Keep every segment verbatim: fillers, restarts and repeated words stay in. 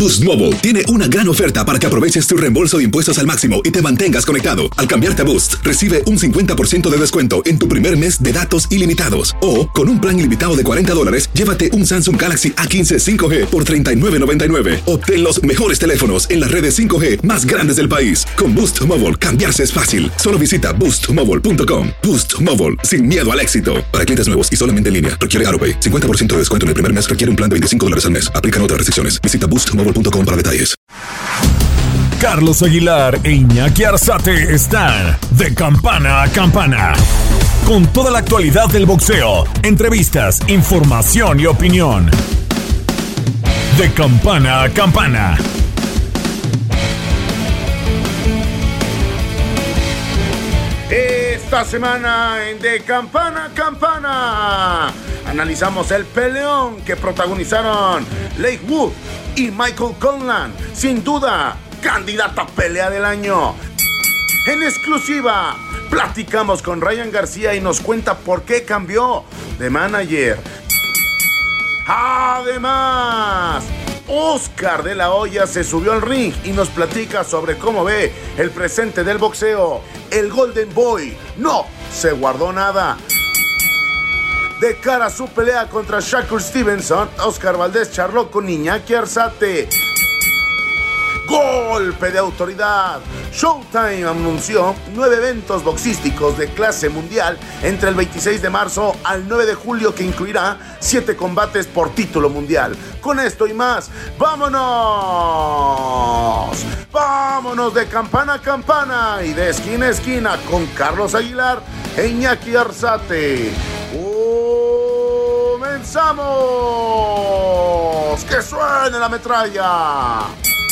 Boost Mobile tiene una gran oferta para que aproveches tu reembolso de impuestos al máximo y te mantengas conectado. Al cambiarte a Boost, recibe un cincuenta por ciento de descuento en tu primer mes de datos ilimitados. O, con un plan ilimitado de cuarenta dólares, llévate un Samsung Galaxy A quince cinco G por treinta y nueve noventa y nueve. Obtén los mejores teléfonos en las redes cinco G más grandes del país. Con Boost Mobile, cambiarse es fácil. Solo visita boost mobile punto com. Boost Mobile, sin miedo al éxito. Para clientes nuevos y solamente en línea, requiere AutoPay. cincuenta por ciento de descuento en el primer mes requiere un plan de veinticinco dólares al mes. Aplican otras restricciones. Visita boost mobile punto com para detalles. Carlos Aguilar e Iñaki Arzate están de campana a campana. Con toda la actualidad del boxeo, entrevistas, información y opinión. De campana a campana. Esta semana en De Campana a Campana analizamos el peleón que protagonizaron Leigh Wood y Michael Conlan. Sin duda, candidata a pelea del año. En exclusiva, platicamos con Ryan García y nos cuenta por qué cambió de manager. Además, Oscar de la Hoya se subió al ring y nos platica sobre cómo ve el presente del boxeo. El Golden Boy no se guardó nada. De cara a su pelea contra Shakur Stevenson, Oscar Valdés charló con Iñaki Arzate. Golpe de autoridad. Showtime anunció nueve eventos boxísticos de clase mundial entre el veintiséis de marzo al nueve de julio, que incluirá siete combates por título mundial. Con esto y más, ¡vámonos! ¡Vámonos de campana a campana y de esquina a esquina con Carlos Aguilar e Iñaki Arzate! ¡Comenzamos! ¡Que suene la metralla!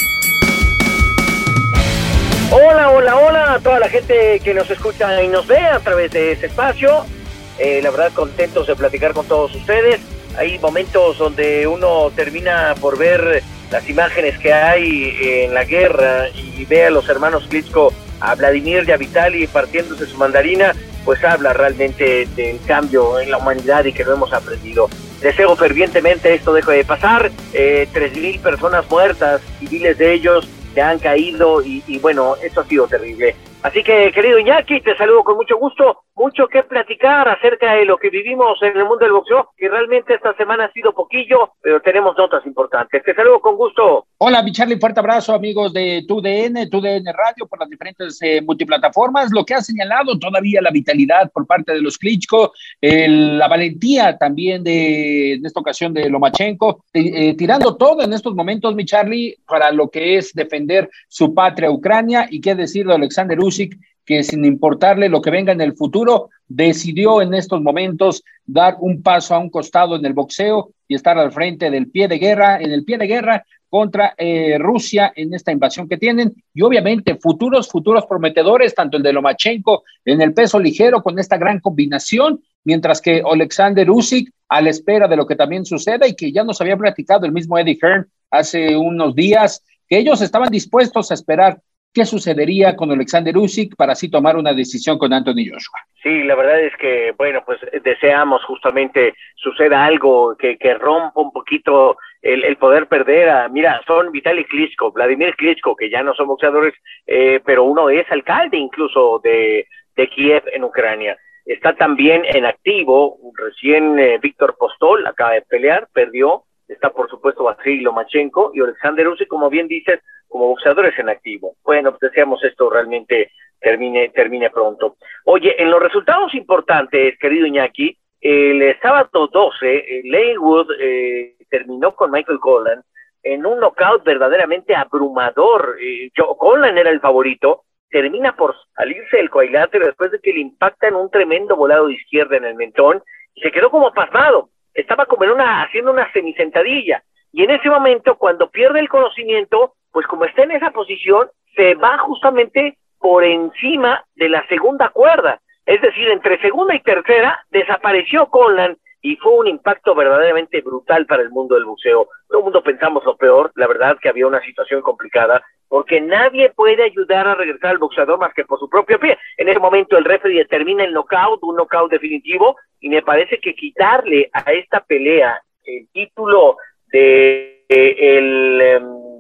Hola, hola, hola a toda la gente que nos escucha y nos ve a través de ese espacio. Eh, la verdad, contentos de platicar con todos ustedes. Hay momentos donde uno termina por ver las imágenes que hay en la guerra y ve a los hermanos Klitschko, a Vladimir y a Vitali partiéndose su mandarina, pues habla realmente del cambio en la humanidad y que lo hemos aprendido. Deseo fervientemente esto deje de pasar. Eh, tres mil personas muertas, civiles de ellos que han caído y, y bueno, esto ha sido terrible. Así que, querido Iñaki, te saludo con mucho gusto, mucho que platicar acerca de lo que vivimos en el mundo del boxeo, que realmente esta semana ha sido poquillo, pero tenemos notas importantes. Te saludo con gusto. Hola, mi Charlie, fuerte abrazo, amigos de T U D N, T U D N Radio, por las diferentes eh, multiplataformas. Lo que ha señalado todavía la vitalidad por parte de los Klitschko, el, la valentía también de, en esta ocasión de Lomachenko, eh, tirando todo en estos momentos, mi Charlie, para lo que es defender su patria Ucrania, y qué decir de Alexander Usyk, que sin importarle lo que venga en el futuro, decidió en estos momentos dar un paso a un costado en el boxeo y estar al frente del pie de guerra, en el pie de guerra contra eh, Rusia en esta invasión que tienen, y obviamente futuros, futuros prometedores, tanto el de Lomachenko en el peso ligero con esta gran combinación, mientras que Alexander Usyk a la espera de lo que también suceda, y que ya nos había platicado el mismo Eddie Hearn hace unos días, que ellos estaban dispuestos a esperar qué sucedería con Alexander Usyk para así tomar una decisión con Anthony Joshua. Sí, la verdad es que, bueno, pues deseamos justamente suceda algo que, que rompa un poquito el, el poder perder a, mira, son Vitali Klitschko, Vladimir Klitschko, que ya no son boxeadores, eh, pero uno es alcalde incluso de, de Kiev en Ucrania. Está también en activo, recién eh, Víctor Postol acaba de pelear, perdió. Está, por supuesto, Vasily Lomachenko y Alexander Usyk, como bien dices, como boxeadores en activo. Bueno, pues deseamos esto realmente termine termine pronto. Oye, en los resultados importantes, querido Iñaki, el sábado doce, eh, Leigh Wood eh, terminó con Michael Conlan en un knockout verdaderamente abrumador. Eh, Joe Conlan era el favorito, termina por salirse del cuadrilátero después de que le impactan un tremendo volado de izquierda en el mentón y se quedó como pasmado. Estaba como en una, haciendo una semisentadilla, y en ese momento, cuando pierde el conocimiento, pues como está en esa posición, se va justamente por encima de la segunda cuerda, es decir, entre segunda y tercera, desapareció Conlan, y fue un impacto verdaderamente brutal para el mundo del boxeo. Todo el mundo pensamos lo peor, la verdad que había una situación complicada, porque nadie puede ayudar a regresar al boxeador más que por su propio pie. En ese momento el referee determina el knockout, un knockout definitivo, y me parece que quitarle a esta pelea el título de, de el, um,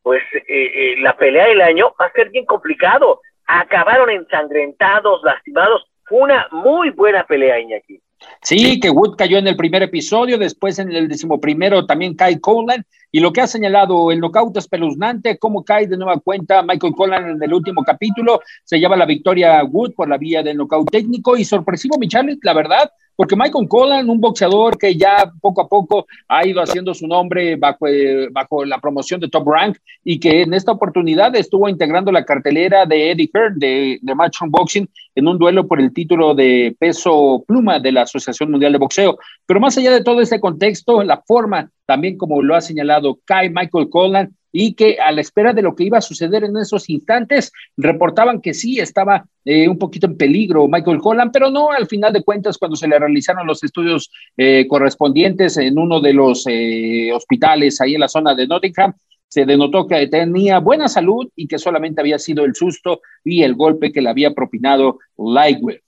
pues eh, eh, la pelea del año va a ser bien complicado. Acabaron ensangrentados, lastimados. Fue una muy buena pelea, Iñaki. Sí, que Wood cayó en el primer episodio, después en el decimoprimero también cae Conlan, y lo que ha señalado, el nocaut espeluznante, cómo cae de nueva cuenta Michael Conlan en el último capítulo, se lleva la victoria a Wood por la vía del nocaut técnico, y sorpresivo, mi Charlie, la verdad, porque Michael Conlan, un boxeador que ya poco a poco ha ido haciendo su nombre bajo, eh, bajo la promoción de Top Rank, y que en esta oportunidad estuvo integrando la cartelera de Eddie Hearn de, de Matchroom Boxing en un duelo por el título de peso pluma de la Asociación Mundial de Boxeo. Pero más allá de todo este contexto, la forma también como lo ha señalado Kai Michael Conlan, y que a la espera de lo que iba a suceder en esos instantes, reportaban que sí estaba eh, un poquito en peligro Michael Conlan, pero no, al final de cuentas, cuando se le realizaron los estudios eh, correspondientes en uno de los eh, hospitales ahí en la zona de Nottingham, se denotó que tenía buena salud y que solamente había sido el susto y el golpe que le había propinado Lightweight.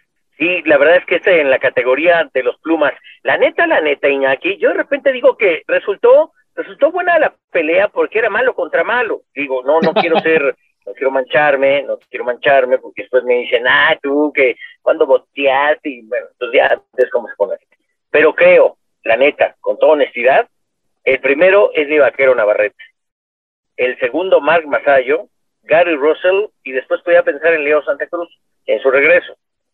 Sí, la verdad es que este en la categoría de los plumas, la neta, la neta, Iñaki, yo de repente digo que resultó, resultó buena la pelea porque era malo contra malo. Digo, no, no quiero ser, no quiero mancharme, no quiero mancharme, porque después me dicen, ah, tú, que cuando boteaste, y bueno, entonces ya es como se pone. Pero creo, la neta, con toda honestidad, el primero es mi vaquero Navarrete, el segundo Mark Masayo, Gary Russell, y después podía pensar en Leo Santa Cruz, en su regreso.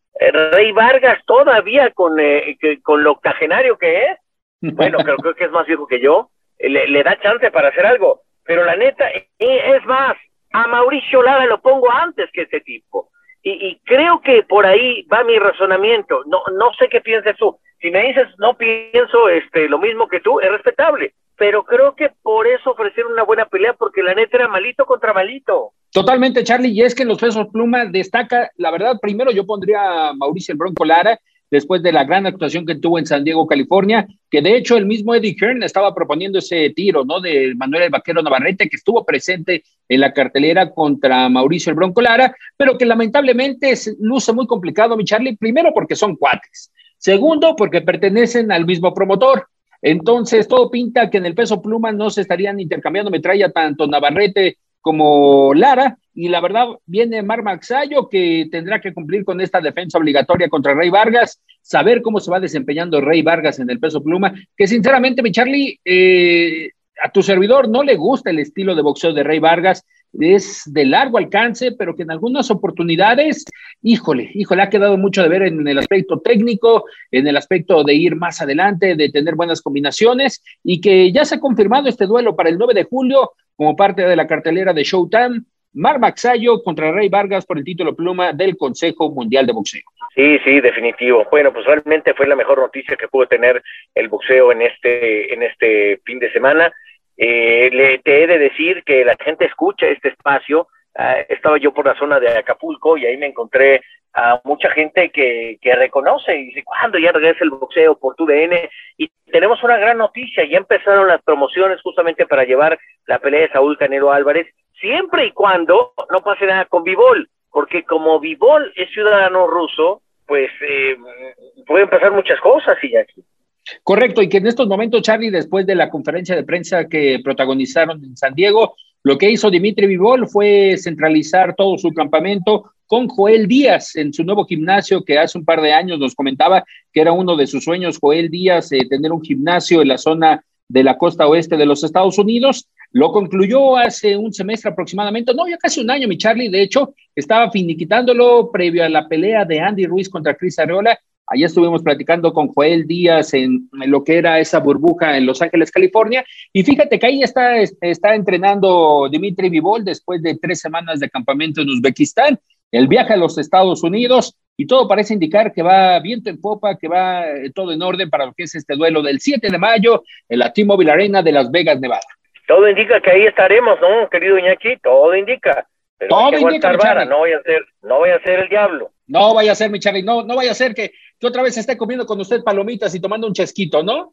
Rey Vargas todavía con, eh, que, con lo octogenario que es, bueno, creo, creo que es más viejo que yo, le, le da chance para hacer algo, pero la neta, es más, a Mauricio Lara lo pongo antes que este tipo, y, y creo que por ahí va mi razonamiento. No, no sé qué piensas tú. Si me dices no pienso este, lo mismo que tú, es respetable, pero creo que por eso ofrecieron una buena pelea, porque la neta era malito contra malito. Totalmente, Charlie, y es que en los pesos pluma destaca, la verdad, primero yo pondría a Mauricio el Bronco Lara, después de la gran actuación que tuvo en San Diego, California, que de hecho el mismo Eddie Hearn estaba proponiendo ese tiro, ¿no?, de Manuel el Vaquero Navarrete, que estuvo presente en la cartelera contra Mauricio el Bronco Lara, pero que lamentablemente luce muy complicado, mi Charlie, primero porque son cuates, segundo porque pertenecen al mismo promotor. Entonces todo pinta que en el peso pluma no se estarían intercambiando metralla tanto Navarrete como Lara, y la verdad viene Mark Magsayo, que tendrá que cumplir con esta defensa obligatoria contra Rey Vargas, saber cómo se va desempeñando Rey Vargas en el peso pluma, que sinceramente, mi Charlie, eh, a tu servidor no le gusta el estilo de boxeo de Rey Vargas, es de largo alcance, pero que en algunas oportunidades, híjole, híjole, ha quedado mucho de ver en el aspecto técnico, en el aspecto de ir más adelante, de tener buenas combinaciones, y que ya se ha confirmado este duelo para el nueve de julio, como parte de la cartelera de Showtime, Mark Magsayo contra Rey Vargas por el título pluma del Consejo Mundial de Boxeo. Sí, sí, definitivo. Bueno, pues realmente fue la mejor noticia que pudo tener el boxeo en este, en este fin de semana. Eh, le, te he de decir que la gente escucha este espacio. Uh, estaba yo por la zona de Acapulco y ahí me encontré a mucha gente que, que reconoce y dice, ¿cuándo ya regresa el boxeo por T U D N? Y tenemos una gran noticia, ya empezaron las promociones justamente para llevar la pelea de Saúl Canelo Álvarez, siempre y cuando no pase nada con Bivol, porque como Bivol es ciudadano ruso, pues eh, pueden pasar muchas cosas, y aquí. Correcto, y que en estos momentos, Charlie, después de la conferencia de prensa que protagonizaron en San Diego, lo que hizo Dimitri Bivol fue centralizar todo su campamento con Joel Díaz en su nuevo gimnasio, que hace un par de años nos comentaba que era uno de sus sueños, Joel Díaz, eh, tener un gimnasio en la zona de la costa oeste de los Estados Unidos. Lo concluyó hace un semestre aproximadamente, no, ya casi un año, mi Charlie. De hecho, estaba finiquitándolo previo a la pelea de Andy Ruiz contra Chris Arreola. Allí estuvimos platicando con Joel Díaz en, en lo que era esa burbuja en Los Ángeles, California, y fíjate que ahí está, está entrenando Dimitri Bivol después de tres semanas de campamento en Uzbekistán, el viaje a los Estados Unidos, y todo parece indicar que va viento en popa, que va todo en orden para lo que es este duelo del siete de mayo en la T-Mobile Arena de Las Vegas, Nevada. Todo indica que ahí estaremos, ¿no, querido Iñaki? Todo indica. Pero todo hay que indica, aguantar vara, no voy a ser, no voy a ser el diablo. No vaya a ser, mi Charlie, no, no vaya a ser que, que otra vez esté comiendo con usted palomitas y tomando un chesquito, ¿no?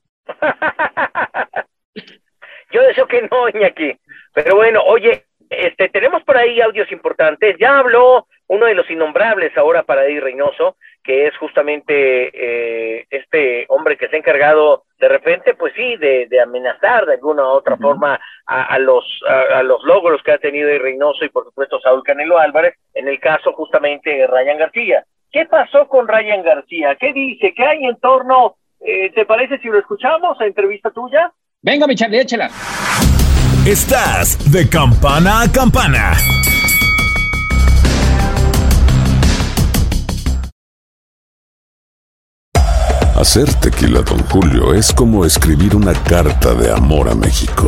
Yo deseo que no, Iñaki. Pero bueno, oye, este, tenemos por ahí audios importantes. Ya habló uno de los innombrables ahora para Eddie Reynoso, que es justamente eh, este hombre que se ha encargado de repente, pues sí, de, de amenazar de alguna u otra uh-huh. forma a, a los a, a los logros que ha tenido el Reynoso y por supuesto Saúl Canelo Álvarez, en el caso justamente de Ryan García. ¿Qué pasó con Ryan García? ¿Qué dice? ¿Qué hay en torno? Eh, ¿Te parece si lo escuchamos, la entrevista tuya? Venga, mi Charlie, échela. Estás de campana a campana. Hacer tequila Don Julio es como escribir una carta de amor a México.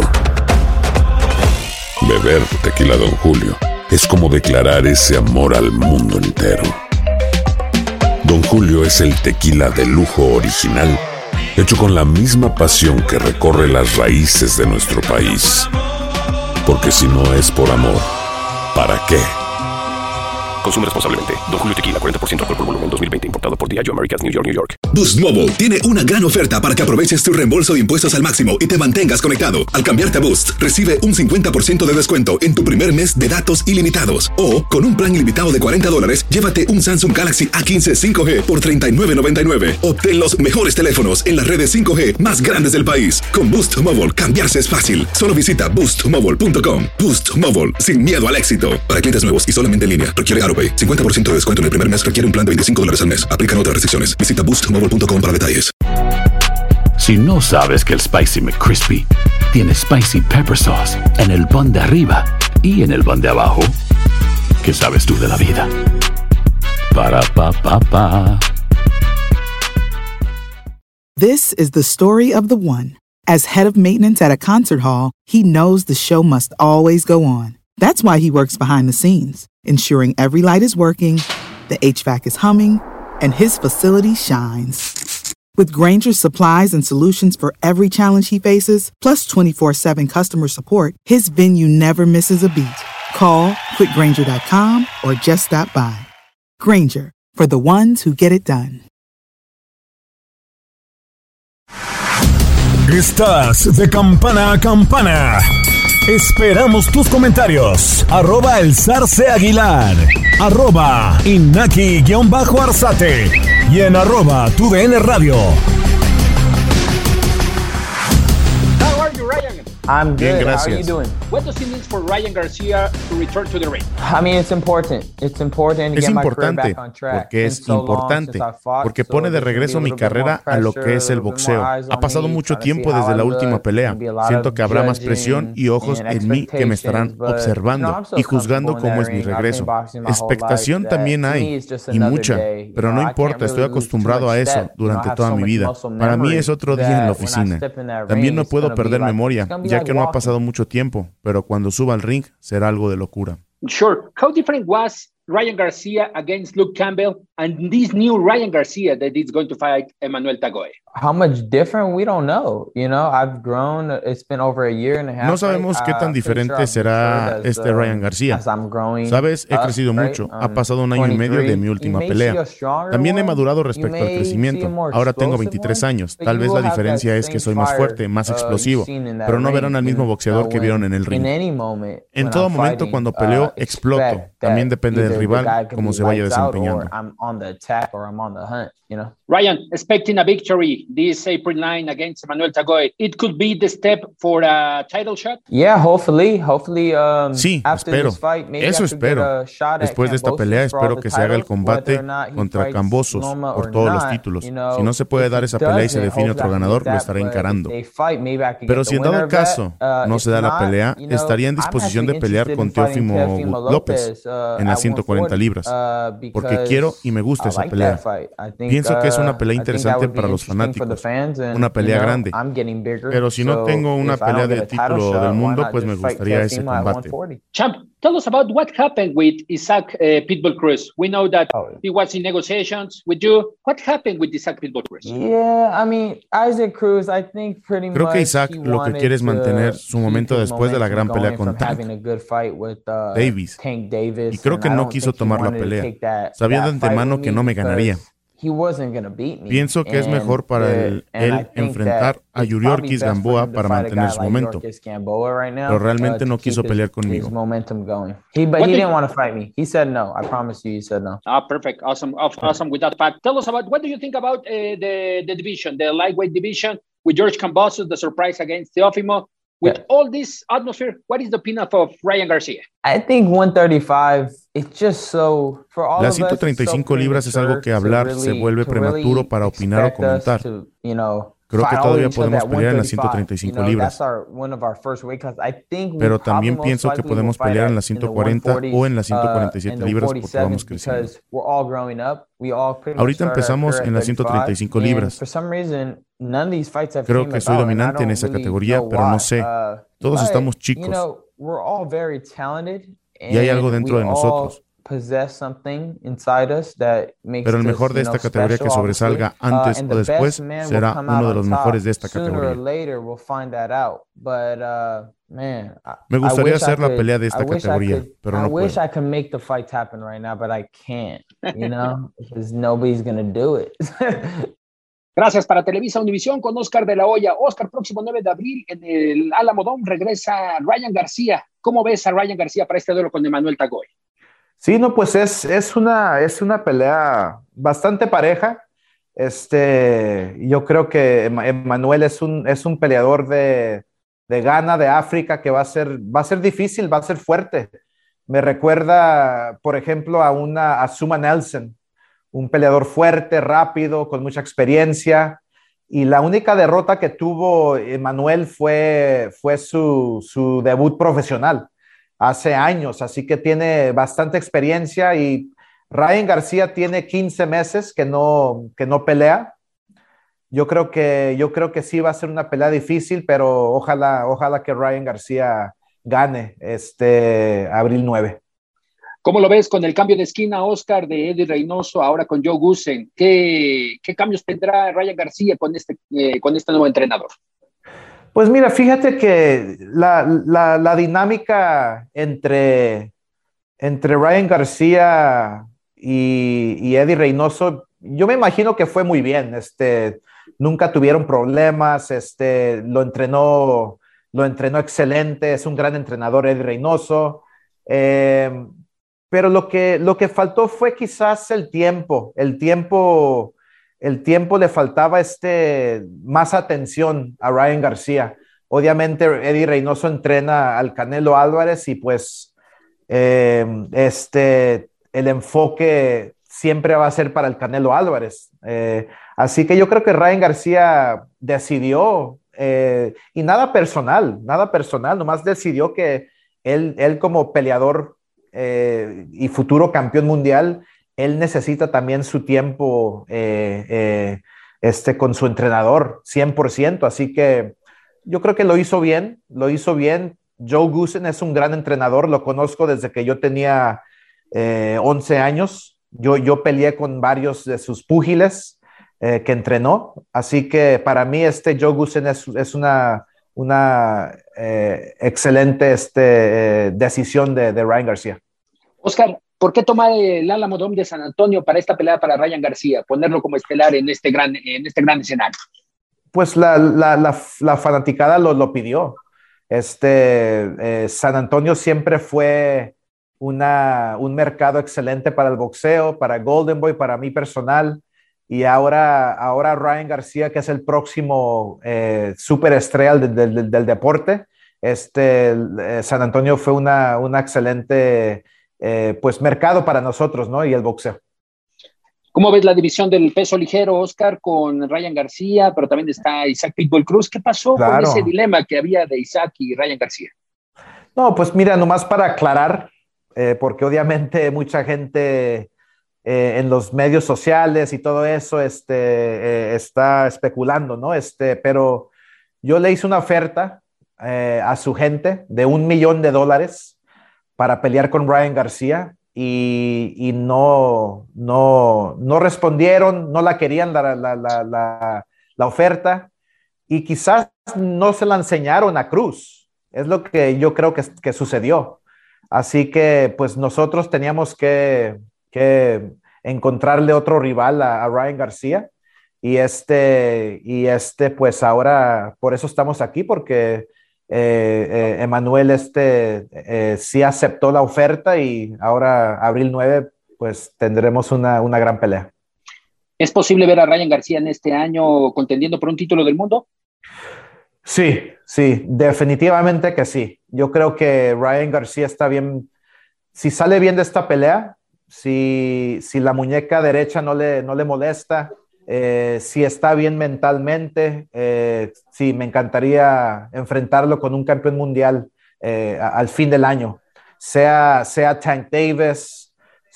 Beber tequila Don Julio es como declarar ese amor al mundo entero. Don Julio es el tequila de lujo original, hecho con la misma pasión que recorre las raíces de nuestro país. Porque si no es por amor, ¿para qué? Consume responsablemente. Don Julio Tequila, cuarenta por ciento alcohol por volumen, dos mil veinte, importado por Diageo Americas, New York, New York. Boost Mobile tiene una gran oferta para que aproveches tu reembolso de impuestos al máximo y te mantengas conectado. Al cambiarte a Boost, recibe un cincuenta por ciento de descuento en tu primer mes de datos ilimitados. O, con un plan ilimitado de cuarenta dólares, llévate un Samsung Galaxy A quince cinco G por treinta y nueve noventa y nueve. Obtén los mejores teléfonos en las redes cinco G más grandes del país. Con Boost Mobile, cambiarse es fácil. Solo visita boost mobile punto com. Boost Mobile, sin miedo al éxito. Para clientes nuevos y solamente en línea, requiere AutoPay. cincuenta por ciento de descuento en el primer mes, requiere un plan de veinticinco dólares al mes. Aplican otras restricciones. Visita boost mobile punto com para detalles. Si no sabes que el Spicy McCrispy tiene Spicy Pepper Sauce en el pan de arriba y en el pan de abajo, ¿qué sabes tú de la vida? Para, pa, pa, pa. This is the story of the one. As head of maintenance at a concert hall, he knows the show must always go on. That's why he works behind the scenes, ensuring every light is working, the H V A C is humming, and his facility shines. With Grainger's supplies and solutions for every challenge he faces, plus twenty-four seven customer support, his venue never misses a beat. Call quick grainger dot com or just stop by. Grainger, for the ones who get it done. Estás de campana a campana. Esperamos tus comentarios. Arroba el Zarce Aguilar. Arroba Inaki-Arzate. Y en arroba tu D N Radio. How are you, Ryan? I'm good. Bien, gracias. How are you doing? What does it mean for Ryan Garcia to return to the ring? I mean, it's important. It's important to Es get my career importante back on track. porque es It's so long importante since I fought, porque so pone de there's gonna be regreso a mi little bit carrera more a lo que pressure, es el a little bit boxeo. more eyes Ha on pasado me, mucho trying to see tiempo how desde I la última look. pelea. Gonna be a lot Siento of que habrá más presión y ojos judging en mí que me estarán and expectations, observando but, you know, I'm so y juzgando comfortable in cómo that es mi ring. I've been regreso. boxing my whole Expectación life. That también to me hay is just y another mucha, day. pero You no know, I importa, can't estoy really lose too acostumbrado much a eso step. You know, I durante have toda so mi much vida. muscle Para mí memory es otro día en that la when I oficina. step in that También ring, no it's puedo gonna be perder like- memoria, it's gonna be ya like que no ha walking. pasado mucho tiempo, pero cuando suba al ring será algo de locura. Sure. How different was Ryan Garcia against Luke Campbell and this new Ryan Garcia that is going to fight Emmanuel Tagoe? How much different? We don't know. You know, I've grown. It's been over a year and a half. No sabemos right? qué tan Uh, diferente pretty sure I've será matured as, este um, Ryan García. as I'm growing Sabes, he up, crecido right? mucho. Um, Ha pasado un año y medio de mi última You may see pelea. a stronger También he one. madurado You respecto al may see a crecimiento. more Ahora tengo explosive veintitrés one, años. but Tal you vez will la have diferencia that es que same soy más fire, fuerte, más uh, explosivo, you've seen in that pero no verán ring, al mismo you know, boxeador que when- vieron en el ring. in any moment En when todo I'm momento fighting, cuando peleo, uh, exploto. expect También that depende del either the rival, guy could cómo be se vaya lights out desempeñando. or I'm on the attack or I'm on the hunt, you know? Ryan, expecting a victory this April ninth against Emmanuel Tagoe. It could be the step for a title shot? Yeah, hopefully, hopefully, um, Sí, after espero. this fight, maybe Eso I could get espero. a shot at Después de esta Kambosos pelea, for all espero the que se haga el titles, combate whether or not he contra fights Kambosos Loma por or todos los not, títulos. you know, Si no se puede if dar he esa pelea y se doesn't, define otro hopefully I can ganador, get lo that, estaré but if encarando. they fight, maybe I can Pero get si the en dado winner of that. caso Uh, no if se da la not, pelea, you know, estaría en I'm disposición de actually pelear interested con in fighting Teófimo Teófimo López uh, en las at ciento cuarenta libras, uh, porque because quiero y me gusta I esa like pelea. that fight. I think, Pienso que es una uh, pelea I think that interesante would be para los interesting for the fanáticos, fans, and, una pelea you know, grande. I'm getting bigger, Pero si no so tengo una if I pelea don't de get a title título shot, del why mundo, not pues just me fight gustaría ese Teófimo at combate. one forty? Champ, tell us about what happened with Isaac uh, Pitbull Cruz. We know that Oh. he was in negotiations with you. What happened with Isaac Pitbull Cruz? Yeah, I mean, Isaac Cruz, I think pretty Creo que much Isaac he lo que wanted quiere es to mantener su keep momento his después de la momentum gran pelea going con from Tank having a good fight with, uh, Davis. Tank Davis, Y creo and que I no don't quiso think he tomar la wanted to pelea. take that- Sabía de that fight antemano with que me no me ganaría. because he wasn't going to beat me. Pienso que es mejor para él, él enfrentar a Yuriorkis Gamboa para mantener su momento, pero realmente no quiso pelear conmigo. He, but he didn't want to fight me. He said no. I promise you, he said no. Ah, perfect. Awesome. Awesome with that fact. Tell us about, what do you think about uh, the, the division, the lightweight division with George Kambosos, the surprise against Teofimo? With yeah. all this atmosphere, what is the opinion of Ryan Garcia? I think one thirty-five, it's just so, for all Las ciento treinta y cinco libras es algo que hablar se vuelve prematuro para opinar o comentar. To, you know, Creo que todavía podemos pelear en las ciento treinta y cinco libras. Pero también pienso que podemos pelear en las ciento cuarenta o en las ciento cuarenta y siete libras porque vamos creciendo. Ahorita empezamos en las ciento treinta y cinco libras. Creo que soy dominante en esa categoría, pero no sé. Todos estamos chicos. Y hay algo dentro de nosotros. Pero el mejor de esta categoría que sobresalga antes o después será uno de los mejores de esta categoría. Me gustaría hacer la pelea de esta categoría, pero no puedo. Gracias. Para Televisa Univisión con Oscar de la Hoya. Oscar, próximo nueve de abril en el Álamo Dome regresa Ryan García. ¿Cómo ves a Ryan García para este duelo con Emmanuel Tagoe? Sí, no, pues es, es, una, es una pelea bastante pareja. Este, yo creo que Emmanuel es un, es un peleador de, de Ghana, de África, que va a ser, va a ser difícil, va a ser fuerte. Me recuerda, por ejemplo, a, una, a Suma Nelson, un peleador fuerte, rápido, con mucha experiencia. Y la única derrota que tuvo Emmanuel fue, fue su, su debut profesional hace años, así que tiene bastante experiencia. Y Ryan García tiene quince meses que no, que no pelea. Yo creo que, yo creo que sí va a ser una pelea difícil, pero ojalá, ojalá que Ryan García gane este abril nueve. ¿Cómo lo ves con el cambio de esquina, Oscar, de Eddie Reynoso ahora con Joe Goossen? ¿Qué, qué cambios tendrá Ryan García con este, eh, con este nuevo entrenador? Pues mira, fíjate que la, la, la dinámica entre, entre Ryan García y, y Eddie Reynoso, yo me imagino que fue muy bien. Este, nunca tuvieron problemas, este, lo entrenó, lo entrenó excelente, es un gran entrenador Eddie Reynoso. Eh, pero lo que, lo que faltó fue quizás el tiempo, el tiempo... El tiempo le faltaba este, más atención a Ryan García. Obviamente Eddie Reynoso entrena al Canelo Álvarez y pues eh, este, el enfoque siempre va a ser para el Canelo Álvarez. Eh, así que yo creo que Ryan García decidió, eh, y nada personal, nada personal, nomás decidió que él, él como peleador eh, y futuro campeón mundial, él necesita también su tiempo eh, eh, este, con su entrenador, cien por ciento. Así que yo creo que lo hizo bien, lo hizo bien. Joe Goossen es un gran entrenador, lo conozco desde que yo tenía eh, once años. Yo, yo peleé con varios de sus púgiles eh, que entrenó. Así que para mí este Joe Goossen es, es una, una eh, excelente este, eh, decisión de, de Ryan García. Oscar, ¿por qué tomar el Álamo Dome de San Antonio para esta pelea para Ryan García? Ponerlo como estelar en este gran, en este gran escenario. Pues la, la, la, la fanaticada lo, lo pidió. Este, eh, San Antonio siempre fue una, un mercado excelente para el boxeo, para Golden Boy, para mí personal. Y ahora, ahora Ryan García, que es el próximo eh, superestrella del, del, del deporte, este, eh, San Antonio fue una, una excelente... Eh, pues mercado para nosotros, ¿no? Y el boxeo. ¿Cómo ves la división del peso ligero, Oscar, con Ryan García, pero también está Isaac Pitbull Cruz? ¿Qué pasó claro. con ese dilema que había de Isaac y Ryan García? No, pues mira, nomás para aclarar, eh, porque obviamente mucha gente eh, en los medios sociales y todo eso este, eh, está especulando, ¿no? Este, pero yo le hice una oferta eh, a su gente de un millón de dólares para pelear con Ryan García y, y no, no, no respondieron, no la querían la, la, la, la, la oferta y quizás no se la enseñaron a Cruz. Es lo que yo creo que, que sucedió. Así que pues nosotros teníamos que, que encontrarle otro rival a, a Ryan García. Y este, y este, pues ahora, por eso estamos aquí, porque eh, eh, Emanuel este, eh, sí aceptó la oferta y ahora, abril nueve, pues tendremos una, una gran pelea. ¿Es posible ver a Ryan García en este año contendiendo por un título del mundo? Sí, sí, definitivamente que sí. Yo creo que Ryan García está bien, si sale bien de esta pelea, si, si la muñeca derecha no le, no le molesta, eh, si está bien mentalmente, eh, sí, me encantaría enfrentarlo con un campeón mundial eh, a, al fin del año, sea, sea Tank Davis,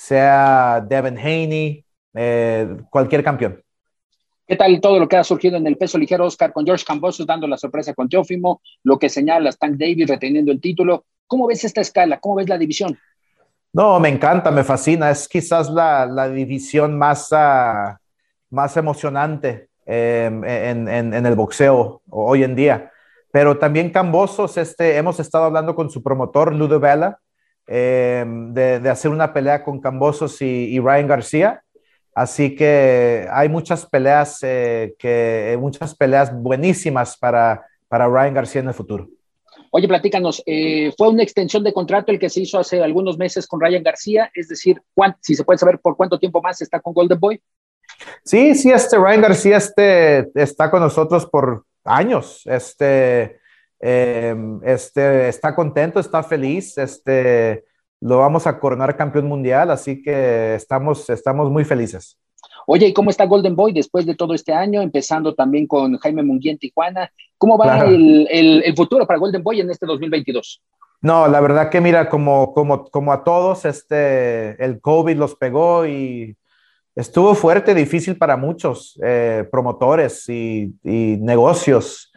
sea Devin Haney, eh, cualquier campeón. ¿Qué tal todo lo que ha surgido en el peso ligero, Oscar, con George Kambosos dando la sorpresa con Teófimo, lo que señala Tank Davis reteniendo el título? ¿Cómo ves esta escala? ¿Cómo ves la división? No, me encanta, me fascina. Es quizás la, la división más, uh, más emocionante eh, en, en, en el boxeo hoy en día. Pero también Kambosos, este, hemos estado hablando con su promotor, Ludo Vela, eh, de, de hacer una pelea con Kambosos y, y Ryan García. Así que hay muchas peleas, eh, que, muchas peleas buenísimas para, para Ryan García en el futuro. Oye, platícanos, eh, ¿fue una extensión de contrato el que se hizo hace algunos meses con Ryan García? Es decir, si se puede saber por cuánto tiempo más está con Golden Boy. Sí, sí, este Ryan García este, está con nosotros por años. Este, eh, este, está contento, está feliz. Este, lo vamos a coronar campeón mundial, así que estamos, estamos muy felices. Oye, ¿y cómo está Golden Boy después de todo este año? Empezando también con Jaime Munguía en Tijuana. ¿Cómo va claro. el, el, el futuro para Golden Boy en este dos mil veintidós? No, la verdad que mira, como, como, como a todos, este, el COVID los pegó y estuvo fuerte, difícil para muchos eh, promotores y, y negocios.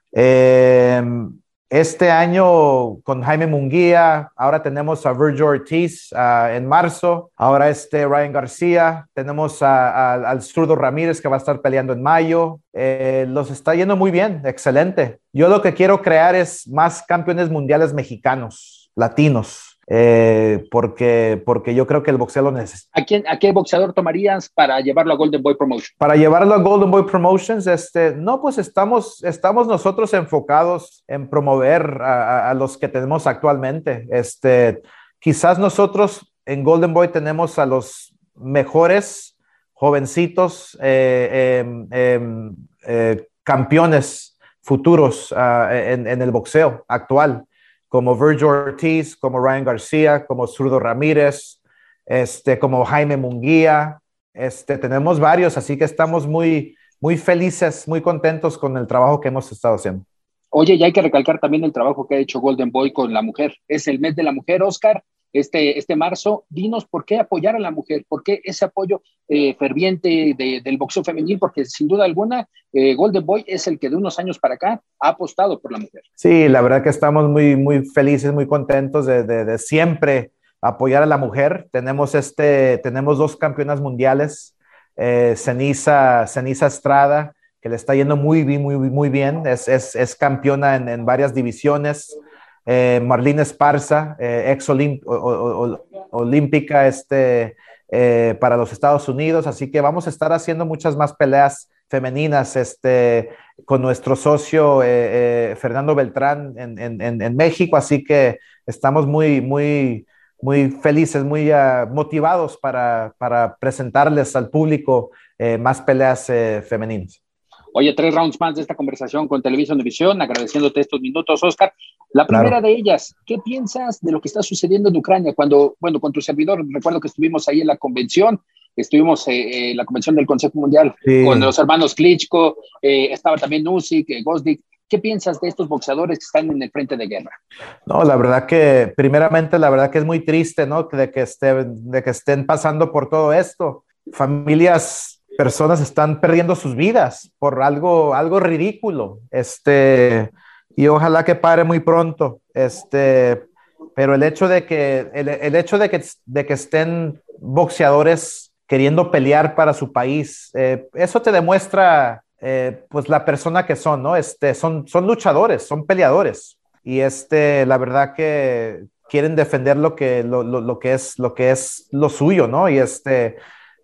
Eh, Este año con Jaime Munguía, ahora tenemos a Virgil Ortiz uh, en marzo, ahora este Ryan García, tenemos a, a, al Zurdo Ramírez que va a estar peleando en mayo. Eh, los está yendo muy bien, excelente. Yo lo que quiero crear es más campeones mundiales mexicanos, latinos. Eh, porque, porque yo creo que el boxeo lo necesita. ¿A, quién, ¿A qué boxeador tomarías para llevarlo a Golden Boy Promotions? Para llevarlo a Golden Boy Promotions, este, no, pues estamos, estamos nosotros enfocados en promover a, a, a los que tenemos actualmente. Este, quizás nosotros en Golden Boy tenemos a los mejores jovencitos eh, eh, eh, eh, campeones futuros uh, en, en el boxeo actual, como Virgil Ortiz, como Ryan García, como Zurdo Ramírez, este, como Jaime Munguía. Este, tenemos varios, así que estamos muy, muy felices, muy contentos con el trabajo que hemos estado haciendo. Oye, y hay que recalcar también el trabajo que ha hecho Golden Boy con la mujer. Es el mes de la mujer, Oscar, este, este marzo. Dinos por qué apoyar a la mujer, por qué ese apoyo eh, ferviente de, del boxeo femenil, porque sin duda alguna eh, Golden Boy es el que de unos años para acá ha apostado por la mujer. Sí, la verdad que estamos muy, muy felices, muy contentos de, de, de siempre apoyar a la mujer. Tenemos, este, tenemos dos campeonas mundiales, eh, Ceniza, Ceniza Estrada, que le está yendo muy bien, muy, muy bien. Es, es, es campeona en, en varias divisiones. Eh, Marlene Esparza, eh, ex -olimp o, o, o, olímpica este, eh, para los Estados Unidos. Así que vamos a estar haciendo muchas más peleas femeninas este, con nuestro socio eh, eh, Fernando Beltrán en, en, en México. Así que estamos muy, muy, muy felices, muy uh, motivados para, para presentarles al público eh, más peleas eh, femeninas. Oye, tres rounds más de esta conversación con Televisa Univisión, agradeciéndote estos minutos, Oscar. La primera claro. de ellas, ¿qué piensas de lo que está sucediendo en Ucrania? Cuando, bueno, con tu servidor, recuerdo que estuvimos ahí en la convención, estuvimos en eh, eh, la convención del Consejo Mundial sí. con los hermanos Klitschko, eh, estaba también Usyk, eh, Gosdick. ¿Qué piensas de estos boxeadores que están en el frente de guerra? No, la verdad que, primeramente, la verdad que es muy triste, ¿no? De que, esté, de que estén pasando por todo esto. Familias... personas están perdiendo sus vidas por algo, algo ridículo, este, y ojalá que pare muy pronto, este, pero el hecho de que, el, el hecho de que, de que estén boxeadores queriendo pelear para su país, eh, eso te demuestra, eh, pues la persona que son, ¿no? Este, son, son luchadores, son peleadores, y este, la verdad que quieren defender lo que, lo, lo, lo que es, lo que es lo suyo, ¿no? Y este,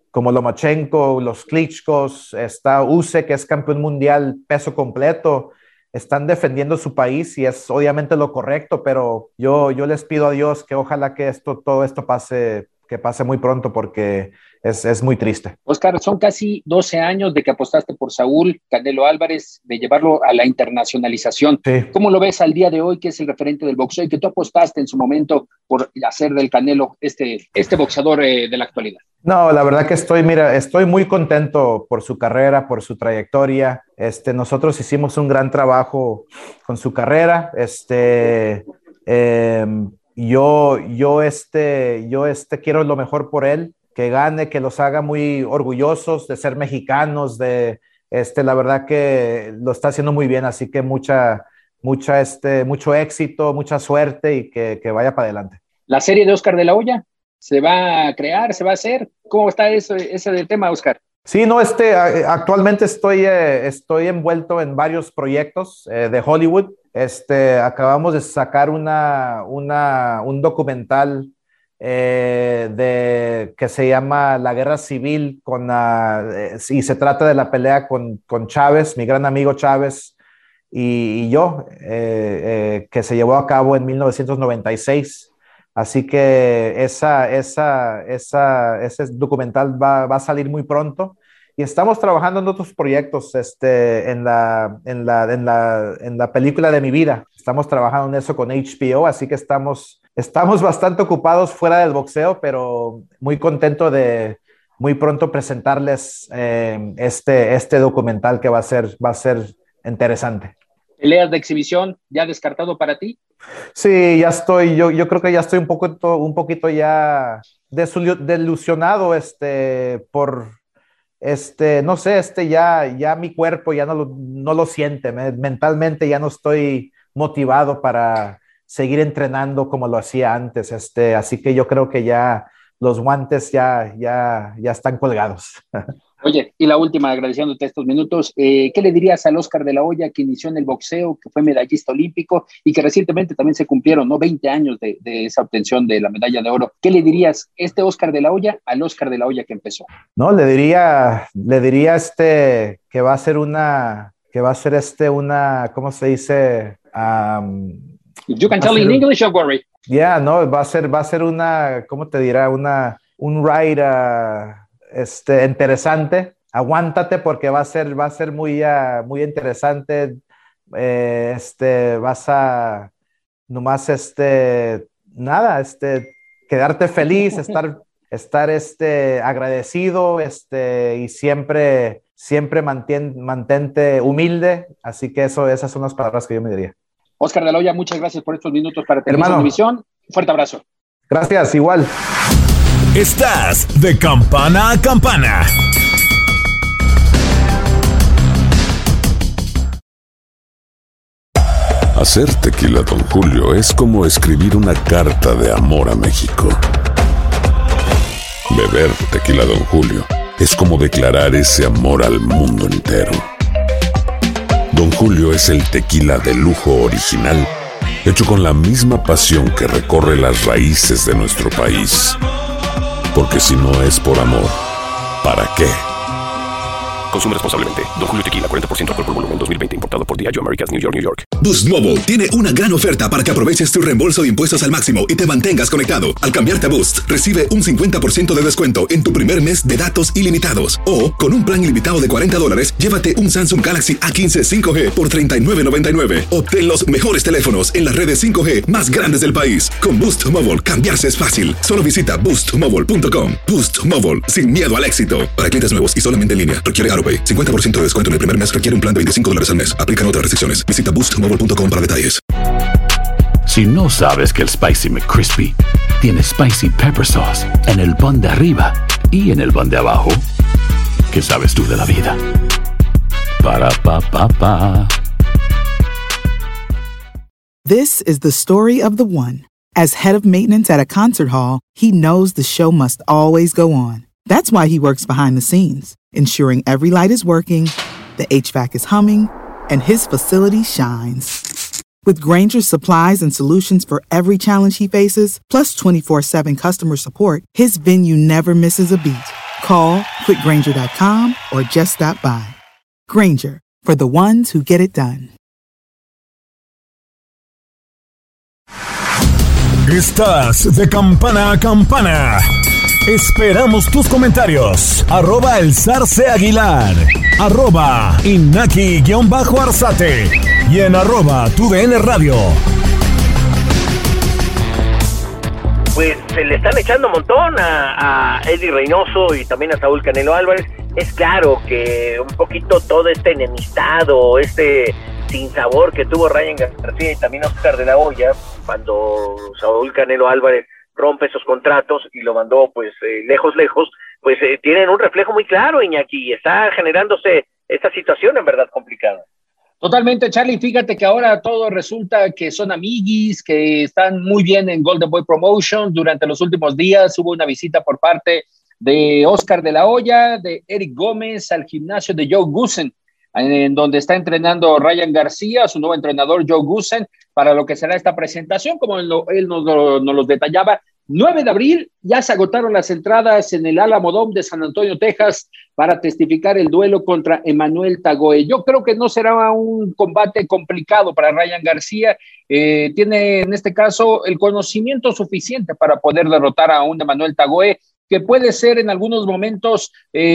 como Lomachenko, los Klitschkos, está Usyk, que es campeón mundial peso completo, están defendiendo su país y es obviamente lo correcto, pero yo, yo les pido a Dios que ojalá que esto, todo esto pase, que pase muy pronto porque es, es muy triste. Oscar, son casi doce años de que apostaste por Saúl Canelo Álvarez, de llevarlo a la internacionalización. Sí. ¿Cómo lo ves al día de hoy, que es el referente del boxeo y que tú apostaste en su momento por hacer del Canelo este, este boxeador eh, de la actualidad? No, la verdad que estoy, mira, estoy muy contento por su carrera, por su trayectoria. Este, nosotros hicimos un gran trabajo con su carrera. Este, eh, yo, yo, este, yo, este, quiero lo mejor por él, que gane, que los haga muy orgullosos de ser mexicanos. De, este, la verdad que lo está haciendo muy bien, así que mucha, mucha, este, mucho éxito, mucha suerte y que, que vaya para adelante. La serie de Oscar de la Hoya, ¿se va a crear? ¿Se va a hacer? ¿Cómo está eso, ese del tema, Oscar? Sí, no, este, actualmente estoy, eh, estoy envuelto en varios proyectos eh, de Hollywood. Este, acabamos de sacar una, una, un documental eh, de, que se llama La Guerra Civil con, uh, eh, y se trata de la pelea con, con Chávez, mi gran amigo Chávez y, y yo, eh, eh, que se llevó a cabo en mil novecientos noventa y seis. Así que esa, esa, esa, ese documental va, va a salir muy pronto y estamos trabajando en otros proyectos este, en, la, en, la, en, la, en la película de mi vida. Estamos trabajando en eso con H B O, así que estamos, estamos bastante ocupados fuera del boxeo, pero muy contento de muy pronto presentarles eh, este, este documental que va a ser, va a ser interesante. ¿Peleas de exhibición ya descartado para ti? Sí, ya estoy, yo, yo creo que ya estoy un poquito, un poquito ya desilusionado este, por, este, no sé, este, ya, ya mi cuerpo ya no lo, no lo siente, me, mentalmente ya no estoy motivado para seguir entrenando como lo hacía antes, este, así que yo creo que ya los guantes ya, ya, ya están colgados. Oye, y la última, agradeciéndote estos minutos, eh, ¿qué le dirías al Oscar de la Hoya, que inició en el boxeo, que fue medallista olímpico y que recientemente también se cumplieron, ¿no?, veinte años de, de esa obtención de la medalla de oro? ¿Qué le dirías este Oscar de la Hoya al Oscar de la Hoya que empezó? No, le diría, le diría este, que va a ser una, que va a ser este, una, ¿cómo se dice? Um, you can tell in English, don't worry. Yeah, no, va a ser, va a ser una, ¿cómo te dirá? Una, un ride, uh, Este, interesante. Aguántate porque va a ser, va a ser muy, uh, muy interesante. Eh, este, vas a nomás, este, nada, este, quedarte feliz, estar, estar, este, agradecido, este, y siempre, siempre mantén, mantente humilde. Así que eso, esas son las palabras que yo me diría. Oscar de la Hoya, muchas gracias por estos minutos para Televisión Univisión. Fuerte abrazo. Gracias, igual. Estás de campana a campana. Hacer tequila Don Julio es como escribir una carta de amor a México. Beber tequila Don Julio es como declarar ese amor al mundo entero. Don Julio es el tequila de lujo original, hecho con la misma pasión que recorre las raíces de nuestro país. Porque si no es por amor, ¿para qué? Consume responsablemente. Don Julio Tequila, cuarenta por ciento alcohol por volumen, dos mil veinte. Importado por Diageo Americas, New York, New York. Boost Mobile tiene una gran oferta para que aproveches tu reembolso de impuestos al máximo y te mantengas conectado. Al cambiarte a Boost, recibe un cincuenta por ciento de descuento en tu primer mes de datos ilimitados. O, con un plan ilimitado de cuarenta dólares, llévate un Samsung Galaxy A quince cinco G por treinta y nueve noventa y nueve. Obtén los mejores teléfonos en las redes cinco G más grandes del país. Con Boost Mobile, cambiarse es fácil. Solo visita boost mobile punto com. Boost Mobile, sin miedo al éxito. Para clientes nuevos y solamente en línea, requiere AutoPay. cincuenta por ciento de descuento en el primer mes requiere un plan de veinticinco dólares al mes. Aplican otras restricciones. Visita boost mobile punto com para detalles. Si no sabes que el Spicy McCrispy tiene Spicy Pepper Sauce en el pan de arriba y en el pan de abajo, ¿qué sabes tú de la vida? Para, pa, pa, pa. This is the story of the one. As head of maintenance at a concert hall, he knows the show must always go on. That's why he works behind the scenes, ensuring every light is working, the H V A C is humming, and his facility shines. With Grainger's supplies and solutions for every challenge he faces, plus twenty-four seven customer support, his venue never misses a beat. Call quick granger dot com or just stop by. Grainger, for the ones who get it done. Estás de campana a campana. Esperamos tus comentarios. Arroba el Zarce Aguilar. Arroba Inaki-Arzate. Y en arroba tu D N Radio. Pues se le están echando un montón a, a Eddie Reynoso y también a Saúl Canelo Álvarez. Es claro que un poquito todo este enemistado, este sinsabor que tuvo Ryan García y también Oscar de la Hoya cuando Saúl Canelo Álvarez rompe esos contratos y lo mandó pues eh, lejos, lejos, pues eh, tienen un reflejo muy claro, Iñaki, y está generándose esta situación en verdad complicada. Totalmente, Charlie. Fíjate que ahora todo resulta que son amiguis, que están muy bien en Golden Boy Promotion. Durante los últimos días hubo una visita por parte de Oscar de la Hoya, de Eric Gómez, al gimnasio de Joe Goossen, en donde está entrenando Ryan García, su nuevo entrenador Joe Goossen, para lo que será esta presentación, como él, él nos, nos, nos los detallaba. nueve de abril, ya se agotaron las entradas en el Alamo Dome de San Antonio, Texas, para testificar el duelo contra Emmanuel Tagoe. Yo creo que no será un combate complicado para Ryan García. Eh, tiene en este caso el conocimiento suficiente para poder derrotar a un Emmanuel Tagoe, que puede ser en algunos momentos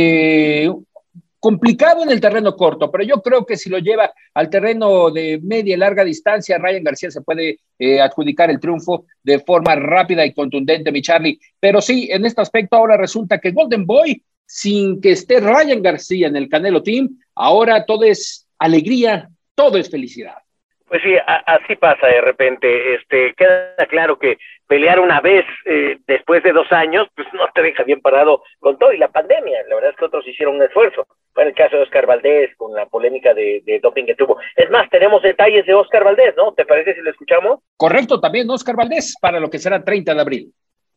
eh, complicado en el terreno corto, pero yo creo que si lo lleva al terreno de media y larga distancia, Ryan García se puede eh, adjudicar el triunfo de forma rápida y contundente, mi Charlie. Pero sí, en este aspecto ahora resulta que Golden Boy, sin que esté Ryan García en el Canelo Team, ahora todo es alegría, todo es felicidad. Pues sí, a, así pasa de repente. Este, queda claro que pelear una vez eh, después de dos años, pues no te deja bien parado con todo y la pandemia. La verdad es que otros hicieron un esfuerzo. Fue el caso de Oscar Valdés con la polémica de, de doping que tuvo. Es más, tenemos detalles de Oscar Valdés, ¿no? ¿Te parece si lo escuchamos? Correcto, también Oscar Valdés para lo que será treinta de abril.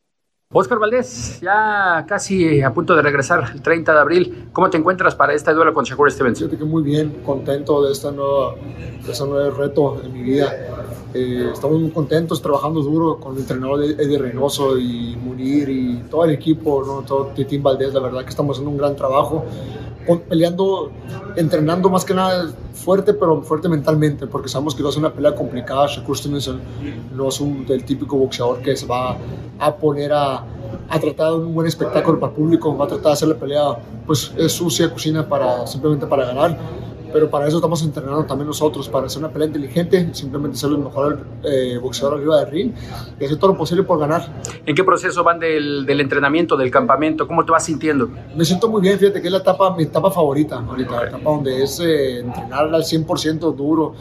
Oscar Valdés, ya casi a punto de regresar el treinta de abril. ¿Cómo te encuentras para este duelo con Shakur Stevenson? Fíjate que muy bien, contento de este nuevo, de este nuevo reto en mi vida. Eh, estamos muy contentos, trabajando duro con el entrenador Eddie Reynoso y Munir y todo el equipo, ¿no? Todo el Team Valdés. La verdad que estamos haciendo un gran trabajo, con, peleando, entrenando más que nada fuerte, pero fuerte mentalmente, porque sabemos que va a ser una pelea complicada. Shakur Stevenson no es un, el típico boxeador que se va a poner a, a tratar de un buen espectáculo para el público, va a tratar de hacer la pelea pues es sucia, cocina para, simplemente para ganar, pero para eso estamos entrenando también nosotros, para hacer una pelea inteligente, simplemente ser el mejor eh, boxeador arriba del ring y hacer todo lo posible por ganar. ¿En qué proceso van del, del entrenamiento, del campamento? ¿Cómo te vas sintiendo? Me siento muy bien, fíjate que es la etapa, mi etapa favorita ahorita, la etapa donde es eh, entrenar al cien por ciento duro.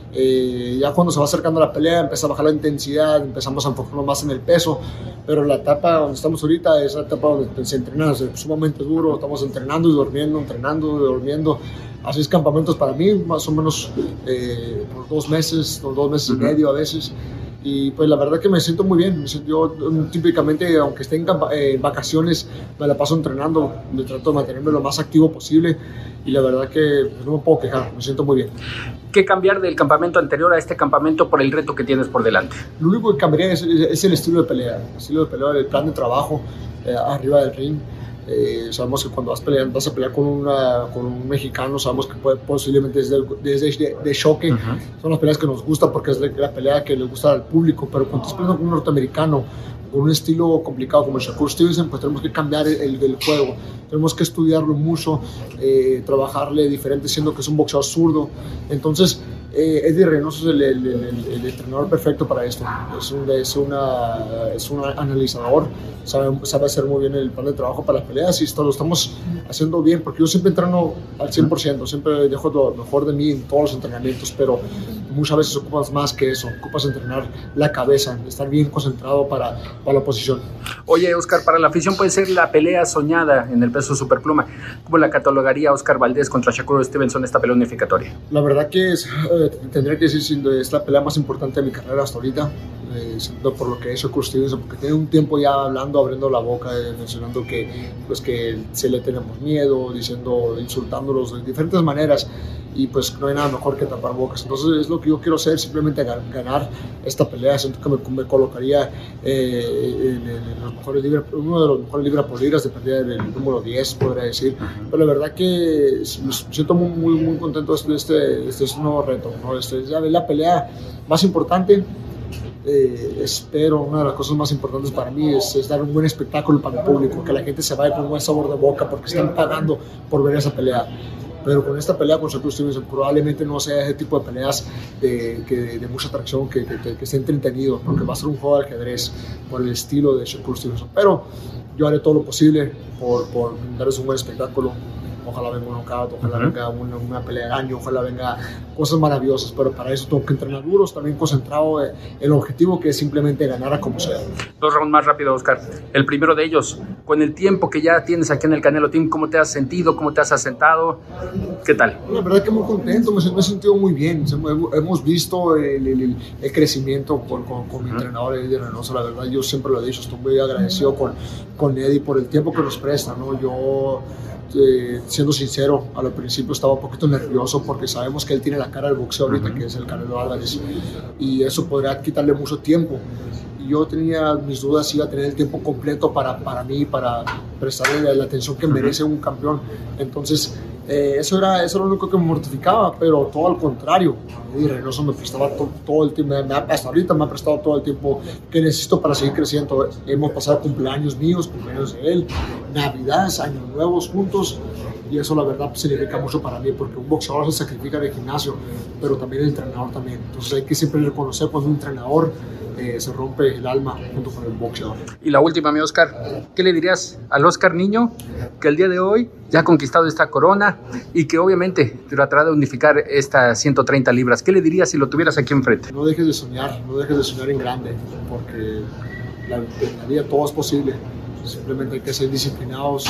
Eh, ya cuando se va acercando la pelea empieza a bajar la intensidad, empezamos a enfocarnos más en el peso, pero la etapa donde estamos ahorita es la etapa donde se entrena es sumamente duro, estamos entrenando y durmiendo, entrenando y durmiendo. Así es campamentos para mí, más o menos eh, por dos meses, por dos meses uh-huh. y medio a veces. Y pues la verdad que me siento muy bien. Yo típicamente, aunque esté en eh, vacaciones, me la paso entrenando, me trato de mantenerme lo más activo posible y la verdad que pues, no me puedo quejar, me siento muy bien. ¿Qué cambiar del campamento anterior a este campamento por el reto que tienes por delante? Lo único que cambiaría es, es el estilo de pelea, el estilo de pelea, el plan de trabajo eh, arriba del ring. Eh, sabemos que cuando vas, peleando, vas a pelear con, una, con un mexicano, sabemos que puede, posiblemente desde, desde de, de choque, uh-huh. son las peleas que nos gustan porque es la pelea que le gusta al público, pero cuando estás peleando con un norteamericano con un estilo complicado como el Shakur Stevenson, pues tenemos que cambiar el, el, el juego, tenemos que estudiarlo mucho, eh, trabajarle diferente, siendo que es un boxeador zurdo. Entonces eh, Eddie Reynoso es el, el, el, el, el entrenador perfecto para esto, es un, es una, es un analizador, sabe, sabe hacer muy bien el plan de trabajo para las peleas y esto lo estamos haciendo bien, porque yo siempre entreno al cien por ciento, siempre dejo lo mejor de mí en todos los entrenamientos, pero muchas veces ocupas más que eso, ocupas entrenar la cabeza, estar bien concentrado para, para la posición. Oye, Oscar, para la afición puede ser la pelea soñada en el peso superpluma. ¿Cómo la catalogaría Oscar Valdés contra Shakur Stevenson esta pelea unificatoria? La verdad que es, eh, tendría que decir que es la pelea más importante de mi carrera hasta ahorita. eh, por lo que hizo Curtis Stevenson, porque tiene un tiempo ya hablando, abriendo la boca, eh, mencionando que, pues, que se le tenemos miedo, diciendo, insultándolos de diferentes maneras, y pues no hay nada mejor que tapar bocas. Entonces es lo que yo quiero hacer, simplemente ganar esta pelea. Siento que me, me colocaría eh, en, en los mejores libras, uno de los mejores libras por libras, de perdida del número diez, podría decir. Pero la verdad que me siento muy, muy, muy contento de este, de este, este nuevo reto, ¿no? Este es la pelea más importante. Eh, espero, una de las cosas más importantes para mí es, es dar un buen espectáculo para el público, que la gente se vaya con un buen sabor de boca porque están pagando por ver esa pelea. Pero con esta pelea con Shakur Stevenson probablemente no sea ese tipo de peleas de, que, de mucha atracción, que, que, que esté entretenido, porque va a ser un juego de ajedrez por el estilo de Shakur Stevenson. Pero yo haré todo lo posible por, por darles un buen espectáculo. Ojalá venga un knockout, ojalá uh-huh. venga una, una pelea de año, ojalá venga cosas maravillosas, pero para eso tengo que entrenar duros, también concentrado en el objetivo, que es simplemente ganar a como sea. Dos rounds más rápido, Oscar. El primero de ellos, con el tiempo que ya tienes aquí en el Canelo Team, ¿cómo te has sentido? ¿Cómo te has asentado? ¿Qué tal? La verdad que muy contento, me, me he sentido muy bien. Hemos visto el, el, el crecimiento con, con, con mi uh-huh. entrenador Eddie Reynoso. La verdad, yo siempre lo he dicho, estoy muy agradecido con, con Eddie por el tiempo que nos presta, ¿no? Yo... Eh, siendo sincero, al principio estaba un poquito nervioso porque sabemos que él tiene la cara del boxeo ahorita, uh-huh. que es el Canelo Álvarez, y eso podría quitarle mucho tiempo. Y yo tenía mis dudas si iba a tener el tiempo completo para, para mí, para prestarle la atención que merece un campeón. Entonces, eh, eso, era, eso era lo único que me mortificaba, pero todo al contrario. Y Reynoso me prestaba to, todo el tiempo, me, hasta ahorita me ha prestado todo el tiempo que necesito para seguir creciendo. Hemos pasado cumpleaños míos, cumpleaños de él, Navidades, Años Nuevos juntos, y eso la verdad significa mucho para mí, porque un boxeador se sacrifica en el gimnasio, pero también el entrenador también. Entonces hay que siempre reconocer cuando un entrenador eh, se rompe el alma junto con el boxeador. Y la última, mi Oscar, ¿qué le dirías al Oscar niño que el día de hoy ya ha conquistado esta corona y que obviamente tratará de unificar estas ciento treinta libras? ¿Qué le dirías si lo tuvieras aquí enfrente? No dejes de soñar, no dejes de soñar en grande, porque la, en la vida todo es posible. Simplemente hay que ser disciplinados,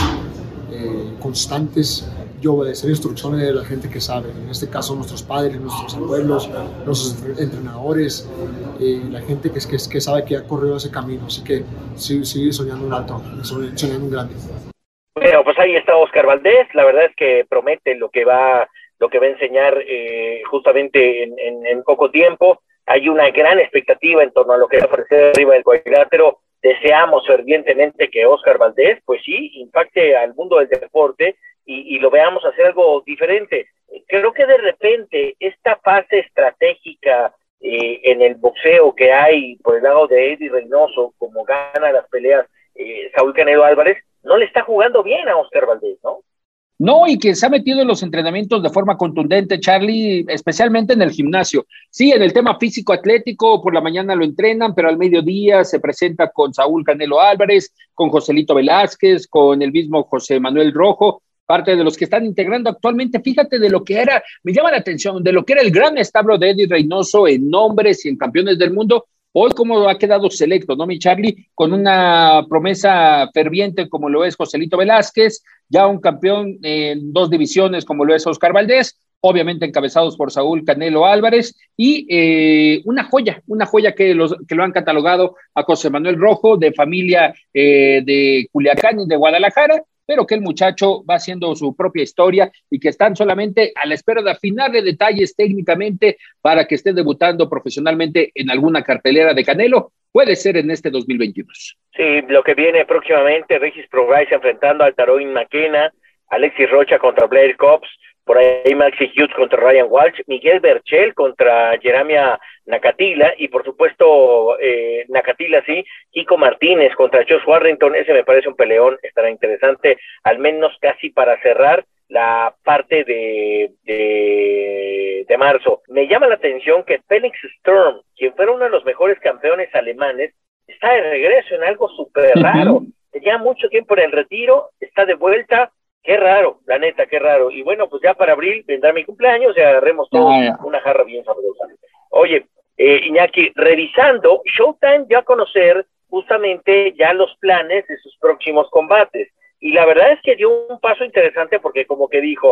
eh, constantes y obedecer instrucciones de la gente que sabe. En este caso, nuestros padres, nuestros abuelos, nuestros entrenadores, eh, la gente que, que, que sabe que ha corrido ese camino. Así que sigue, sigue soñando en alto, soñando en grande. Bueno, pues ahí está Oscar Valdez. La verdad es que promete lo que va, lo que va a enseñar eh, justamente en, en, en poco tiempo. Hay una gran expectativa en torno a lo que va a ofrecer arriba del cuadrilátero. Deseamos fervientemente que Oscar Valdez, pues sí, impacte al mundo del deporte y, y lo veamos hacer algo diferente. Creo que de repente esta fase estratégica eh, en el boxeo que hay por el lado de Eddie Reynoso, como gana las peleas eh, Saúl Canelo Álvarez, no le está jugando bien a Oscar Valdez, ¿no? No, y que se ha metido en los entrenamientos de forma contundente, Charlie, especialmente en el gimnasio. Sí, en el tema físico-atlético, por la mañana lo entrenan, pero al mediodía se presenta con Saúl Canelo Álvarez, con Joselito Velázquez, con el mismo José Manuel Rojo, parte de los que están integrando actualmente. Fíjate de lo que era, me llama la atención, de lo que era el gran establo de Eddie Reynoso en nombres y en campeones del mundo. Hoy como ha quedado selecto, ¿no, mi Charlie? Con una promesa ferviente como lo es Joselito Velázquez, ya un campeón en dos divisiones como lo es Oscar Valdez, obviamente encabezados por Saúl Canelo Álvarez, y eh, una joya, una joya que, los, que lo han catalogado a José Manuel Rojo, de familia eh, de Culiacán y de Guadalajara, pero que el muchacho va haciendo su propia historia y que están solamente a la espera de afinarle detalles técnicamente para que esté debutando profesionalmente en alguna cartelera de Canelo. Puede ser en este dos mil veintidós. Sí, lo que viene próximamente, Regis Prograis enfrentando al Taroin McKenna, Alexis Rocha contra Blair Cobbs, por ahí Maxi Hughes contra Ryan Walsh, Miguel Berchel contra Jeremia Nakatila, y por supuesto eh, Nakatila sí, Kiko Martínez contra Josh Warrington. Ese me parece un peleón, estará interesante, al menos casi para cerrar la parte de, de, de marzo. Me llama la atención que Felix Sturm, quien fuera uno de los mejores campeones alemanes, está de regreso en algo súper raro. Uh-huh. Tenía mucho tiempo en el retiro, está de vuelta. Qué raro, la neta, qué raro. Y bueno, pues ya para abril vendrá mi cumpleaños y agarremos todo ah, yeah. una jarra bien sabrosa. Oye, eh, Iñaki, revisando, Showtime dio a conocer justamente ya los planes de sus próximos combates. Y la verdad es que dio un paso interesante porque como que dijo,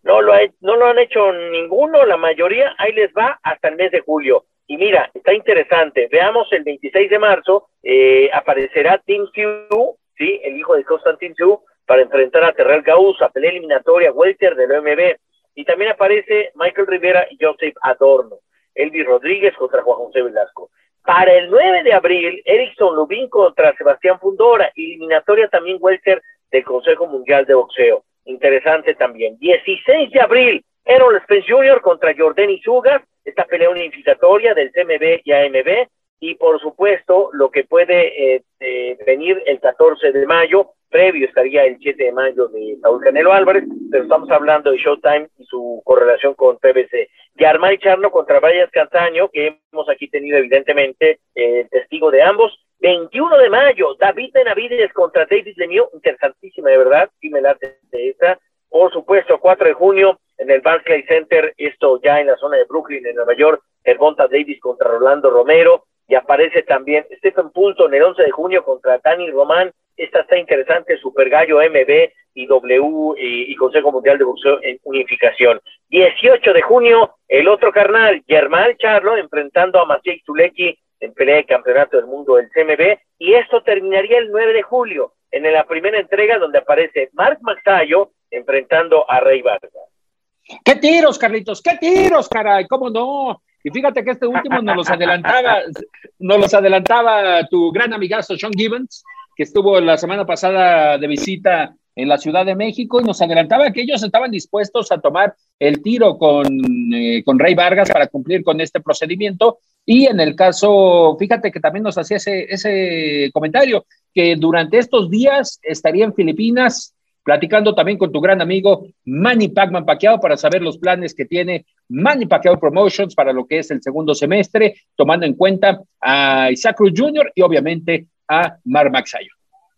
no lo, ha, no lo han hecho ninguno, la mayoría, ahí les va hasta el mes de julio. Y mira, está interesante, veamos el veintiséis de marzo, eh, aparecerá Tim Tszyu, ¿sí? El hijo de Constantine Tszyu, para enfrentar a Terrell Gaúza, pelea eliminatoria welter del O M B. Y también aparece Michael Rivera y Joseph Adorno. Elvis Rodríguez contra Juan José Velasco. Para el nueve de abril, Erickson Lubin contra Sebastián Fundora, eliminatoria también welter del Consejo Mundial de Boxeo. Interesante también. dieciséis de abril, Errol Spence junior contra Jordani Sugas, esta pelea unificatoria del C M B y A M B, y por supuesto, lo que puede eh, eh, venir el catorce de mayo, previo estaría el siete de mayo de Saúl Canelo Álvarez, pero estamos hablando de Showtime y su correlación con P B C. Yarmay Charlo contra Brian Castaño, que hemos aquí tenido evidentemente eh, testigo de ambos. veintiuno de mayo, David Benavides contra David Lemieux, interesantísima de verdad, sí me late de esta. Por supuesto, cuatro de junio, en el Barclays Center, esto ya en la zona de Brooklyn, en Nueva York, Gervonta Davis contra Rolando Romero, y aparece también Stephen Poulton el once de junio contra Dani Román. Esta está interesante, Super Gallo M B y W y, y Consejo Mundial de Boxeo en unificación. dieciocho de junio, el otro carnal, Germán Charlo, enfrentando a Maciej Zulecki en pelea de campeonato del mundo del C M B, y esto terminaría el nueve de julio, en la primera entrega donde aparece Mark Magsayo enfrentando a Rey Vargas. ¡Qué tiros, Carlitos! ¡Qué tiros, caray! ¿Cómo no? Y fíjate que este último nos los adelantaba, nos los adelantaba tu gran amigazo Sean Gibbons, que estuvo la semana pasada de visita en la Ciudad de México, y nos adelantaba que ellos estaban dispuestos a tomar el tiro con, eh, con Rey Vargas para cumplir con este procedimiento. Y en el caso, fíjate que también nos hacía ese, ese comentario, que durante estos días estaría en Filipinas platicando también con tu gran amigo Manny Pacman Pacquiao para saber los planes que tiene Manny Pacquiao Promotions para lo que es el segundo semestre, tomando en cuenta a Isaac Cruz junior y obviamente a Mark Magsayo.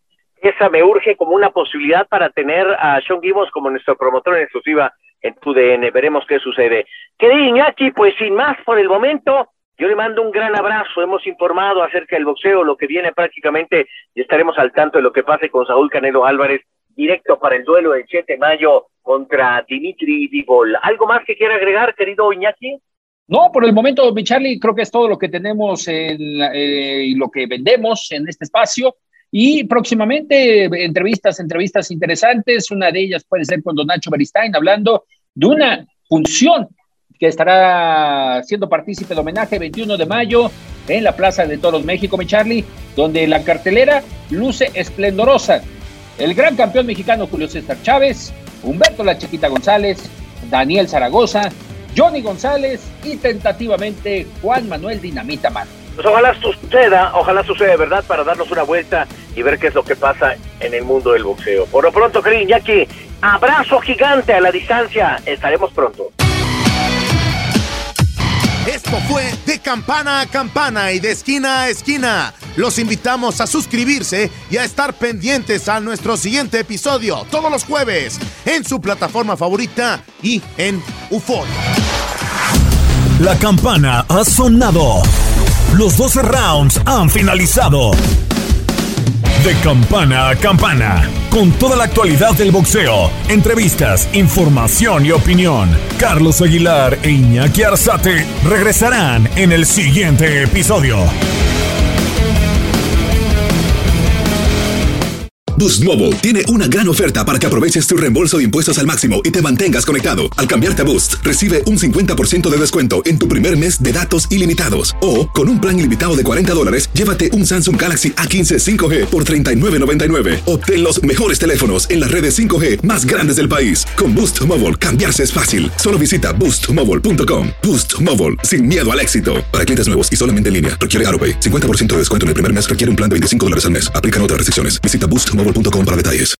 Esa me urge como una posibilidad para tener a Sean Gibbons como nuestro promotor en exclusiva en tu D N. Veremos qué sucede. Querido Iñaki, pues sin más por el momento, yo le mando un gran abrazo. Hemos informado acerca del boxeo, lo que viene prácticamente, y estaremos al tanto de lo que pase con Saúl Canelo Álvarez, directo para el duelo del siete de mayo contra Dimitri Bivol. ¿Algo más que quiera agregar, querido Iñaki? No, por el momento, mi Charlie, creo que es todo lo que tenemos en, eh, y lo que vendemos en este espacio. Y próximamente entrevistas, entrevistas interesantes. Una de ellas puede ser con don Nacho Beristain, hablando de una función que estará siendo partícipe de homenaje veintiuno de mayo en la Plaza de Toros México, mi Charlie, donde la cartelera luce esplendorosa. El gran campeón mexicano Julio César Chávez, Humberto La Chiquita González, Daniel Zaragoza, Johnny González y tentativamente Juan Manuel Dinamita Mar. Pues ojalá suceda, ojalá suceda de verdad para darnos una vuelta y ver qué es lo que pasa en el mundo del boxeo. Por lo pronto, querido Iñaki, abrazo gigante a la distancia. Estaremos pronto. Esto fue De Campana a Campana y de Esquina a Esquina. Los invitamos a suscribirse y a estar pendientes a nuestro siguiente episodio todos los jueves en su plataforma favorita y en Euforia. La campana ha sonado. Los doce rounds han finalizado. De campana a campana, con toda la actualidad del boxeo, entrevistas, información y opinión. Carlos Aguilar e Iñaki Arzate regresarán en el siguiente episodio. Boost Mobile tiene una gran oferta para que aproveches tu reembolso de impuestos al máximo y te mantengas conectado. Al cambiarte a Boost, recibe un cincuenta por ciento de descuento en tu primer mes de datos ilimitados. O, con un plan ilimitado de cuarenta dólares, llévate un Samsung Galaxy A quince cinco G por treinta y nueve noventa y nueve. Obtén los mejores teléfonos en las redes cinco G más grandes del país. Con Boost Mobile, cambiarse es fácil. Solo visita boost mobile punto com. Boost Mobile, sin miedo al éxito. Para clientes nuevos y solamente en línea, requiere AutoPay. cincuenta por ciento de descuento en el primer mes, requiere un plan de veinticinco dólares al mes. Aplican otras restricciones. Visita boost mobile punto com para detalles.